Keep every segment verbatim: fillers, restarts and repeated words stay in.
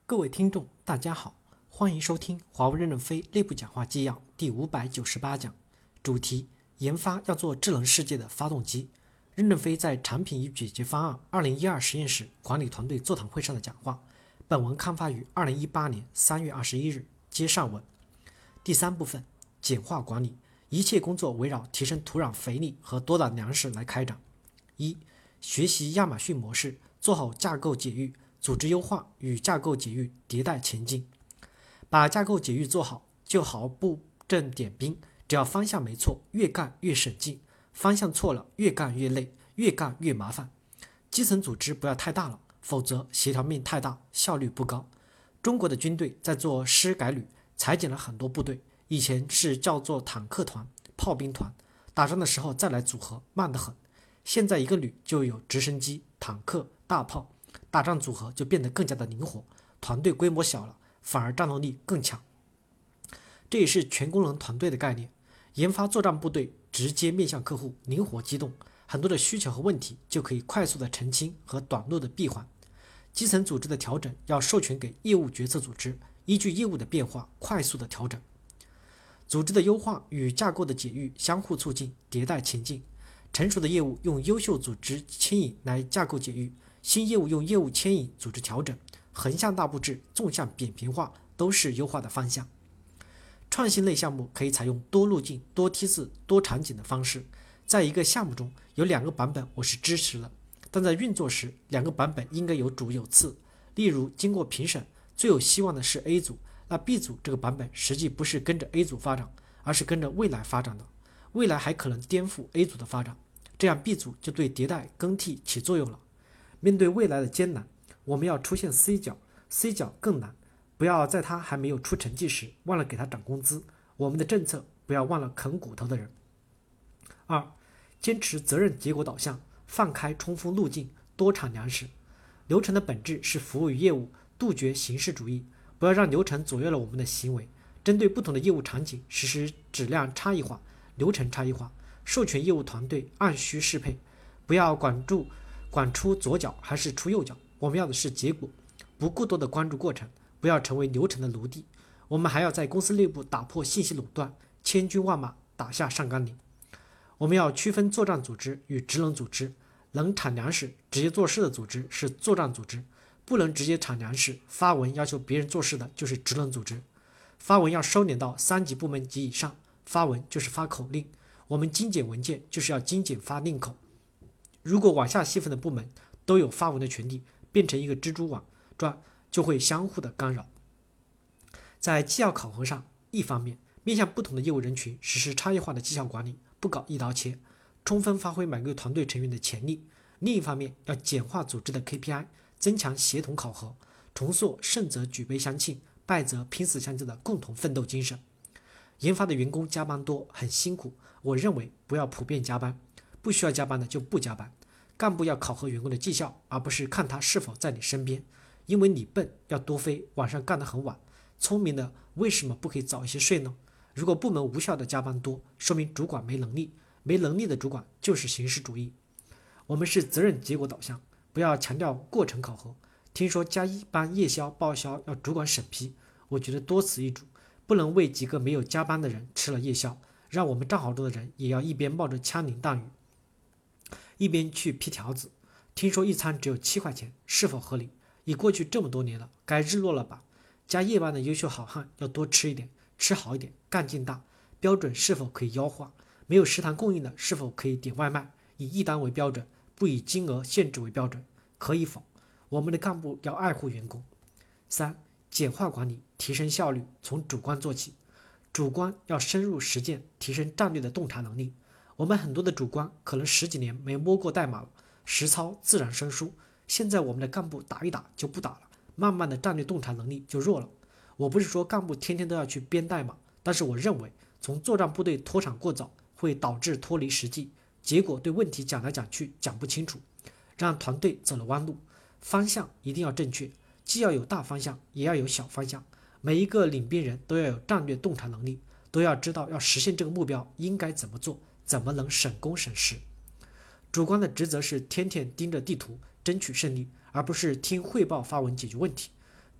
各位听众，大家好，欢迎收听华为任正非内部讲话纪要第五百九十八讲，主题：研发要做智能世界的发动机。任正非在产品与解决方案二零一二实验室管理团队座谈会上的讲话。本文刊发于二零一八年三月二十一日，接上文。第三部分：简化管理，一切工作围绕提升土壤肥力和多档粮食来开展。一、学习亚马逊模式，做好架构解域。组织优化与架构解域迭代前进，把架构解域做好，就好布阵点兵。只要方向没错，越干越省劲；方向错了，越干越累，越干越麻烦。基层组织不要太大了，否则协调面太大，效率不高。中国的军队在做师改旅，裁减了很多部队，以前是叫做坦克团、炮兵团，打仗的时候再来组合，慢得很。现在一个旅就有直升机、坦克、大炮。打仗组合就变得更加的灵活，团队规模小了，反而战斗力更强。这也是全功能团队的概念。研发作战部队直接面向客户，灵活机动，很多的需求和问题就可以快速的澄清和短路的闭环。基层组织的调整要授权给业务决策组织，依据业务的变化快速的调整。组织的优化与架构的解域相互促进，迭代前进。成熟的业务用优秀组织牵引来架构解域，新业务用业务牵引组织调整，横向大布置，纵向扁平化都是优化的方向。创新类项目可以采用多路径、多梯次、多场景的方式。在一个项目中有两个版本我是支持的，但在运作时两个版本应该有主有次。例如经过评审，最有希望的是 A 组，那 B 组这个版本实际不是跟着 A 组发展，而是跟着未来发展的，未来还可能颠覆 A 组的发展，这样 B 组就对迭代更替起作用了。面对未来的艰难，我们要出现 C 角 ，C 角更难，不要在他还没有出成绩时忘了给他涨工资。我们的政策不要忘了啃骨头的人。二、坚持责任结果导向，放开冲锋路径，多产粮食。流程的本质是服务于业务，杜绝形式主义，不要让流程左右了我们的行为。针对不同的业务场景实施质量差异化、流程差异化，授权业务团队按需适配，不要管住管出左脚还是出右脚，我们要的是结果，不过多的关注过程，不要成为流程的奴隶。我们还要在公司内部打破信息垄断，千军万马打下上甘岭。我们要区分作战组织与职能组织，能产粮食直接做事的组织是作战组织，不能直接产粮食发文要求别人做事的就是职能组织。发文要收敛到三级部门及以上，发文就是发口令，我们精简文件就是要精简发令口。如果往下细分的部门都有发文的权利，变成一个蜘蛛网转，就会相互的干扰。在绩效考核上，一方面面向不同的业务人群实施差异化的绩效管理，不搞一刀切，充分发挥每个团队成员的潜力；另一方面要简化组织的 K P I， 增强协同考核，重塑胜则举杯相庆，败则拼死相救的共同奋斗精神。研发的员工加班多，很辛苦，我认为不要普遍加班，不需要加班的就不加班。干部要考核员工的绩效，而不是看他是否在你身边。因为你笨要多飞，晚上干得很晚；聪明的为什么不可以早一些睡呢？如果部门无效的加班多，说明主管没能力，没能力的主管就是形式主义。我们是责任结果导向，不要强调过程考核。听说加一班夜宵报销要主管审批，我觉得多此一举，不能为几个没有加班的人吃了夜宵，让我们账好多的人也要一边冒着枪林弹雨一边去批条子。听说一餐只有七块钱，是否合理？已过去这么多年了，该日落了吧？加夜班的优秀好汉要多吃一点，吃好一点，干劲大。标准是否可以优化？没有食堂供应的，是否可以点外卖？以一单为标准，不以金额限制为标准，可以否？我们的干部要爱护员工。三、简化管理，提升效率，从主观做起。主观要深入实践，提升战略的洞察能力。我们很多的主观可能十几年没摸过代码了，实操自然生疏。现在我们的干部打一打就不打了，慢慢的战略洞察能力就弱了。我不是说干部天天都要去编代码，但是我认为从作战部队脱产过早会导致脱离实际，结果对问题讲来讲去讲不清楚，让团队走了弯路。方向一定要正确，既要有大方向，也要有小方向。每一个领兵人都要有战略洞察能力，都要知道要实现这个目标应该怎么做，怎么能省工省时。主观的职责是天天盯着地图争取胜利，而不是听汇报发文解决问题。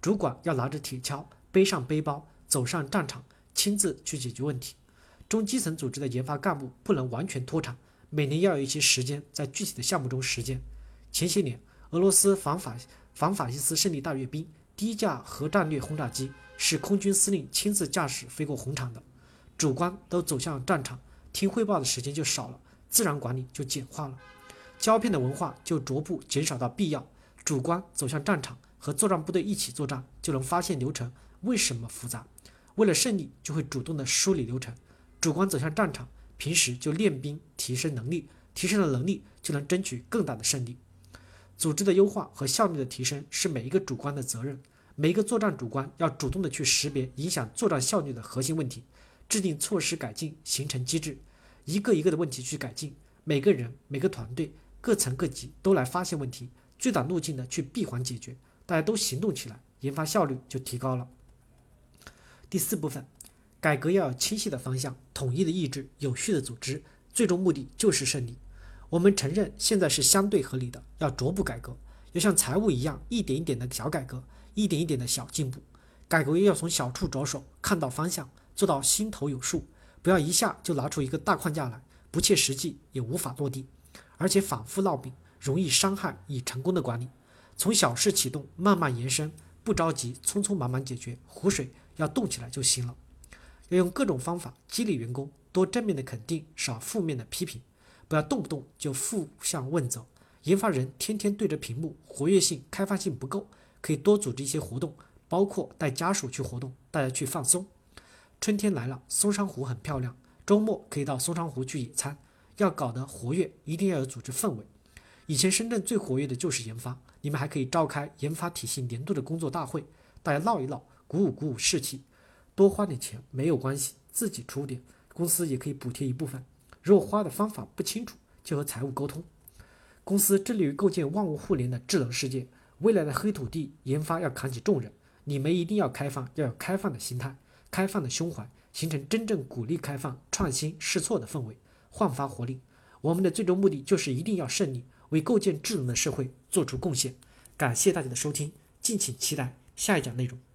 主管要拿着铁锹，背上背包，走上战场，亲自去解决问题。中基层组织的研发干部不能完全脱产，每年要有一些时间在具体的项目中实践。前些年，俄罗斯反法反法西斯胜利大阅兵第一架核战略轰炸机是空军司令亲自驾驶飞过红场的。主官都走向战场，听汇报的时间就少了，自然管理就简化了，胶片的文化就逐步减少到必要。主官走向战场，和作战部队一起作战，就能发现流程为什么复杂。为了胜利，就会主动的梳理流程。主官走向战场，平时就练兵，提升能力，提升了能力，就能争取更大的胜利。组织的优化和效率的提升是每一个主官的责任。每一个作战主官要主动的去识别影响作战效率的核心问题，制定措施改进，形成机制，一个一个的问题去改进。每个人、每个团队、各层各级都来发现问题，最短路径的去闭环解决，大家都行动起来，研发效率就提高了。第四部分，改革要有清晰的方向、统一的意志、有序的组织，最终目的就是胜利。我们承认现在是相对合理的，要逐步改革，要像财务一样，一点一点的小改革，一点一点的小进步。改革要从小处着手，看到方向，做到心头有数，不要一下就拿出一个大框架来，不切实际也无法落地，而且反复烙饼，容易伤害已成功的管理。从小事启动，慢慢延伸，不着急，匆匆忙忙解决，湖水要动起来就行了。要用各种方法激励员工，多正面的肯定，少负面的批评，不要动不动就负向问责。研发人天天对着屏幕，活跃性、开放性不够，可以多组织一些活动，包括带家属去活动，大家去放松。春天来了，松山湖很漂亮，周末可以到松山湖去野餐。要搞得活跃，一定要有组织氛围。以前深圳最活跃的就是研发，你们还可以召开研发体系年度的工作大会，大家闹一闹，鼓舞鼓舞士气。多花点钱没有关系，自己出点，公司也可以补贴一部分。如果花的方法不清楚，就和财务沟通。公司致力于构建万物互联的智能世界，未来的黑土地研发要扛起重任，你们一定要开放，要有开放的心态，开放的胸怀，形成真正鼓励开放、创新、试错的氛围，焕发活力。我们的最终目的就是一定要胜利，为构建智能的社会做出贡献。感谢大家的收听，敬请期待下一讲内容。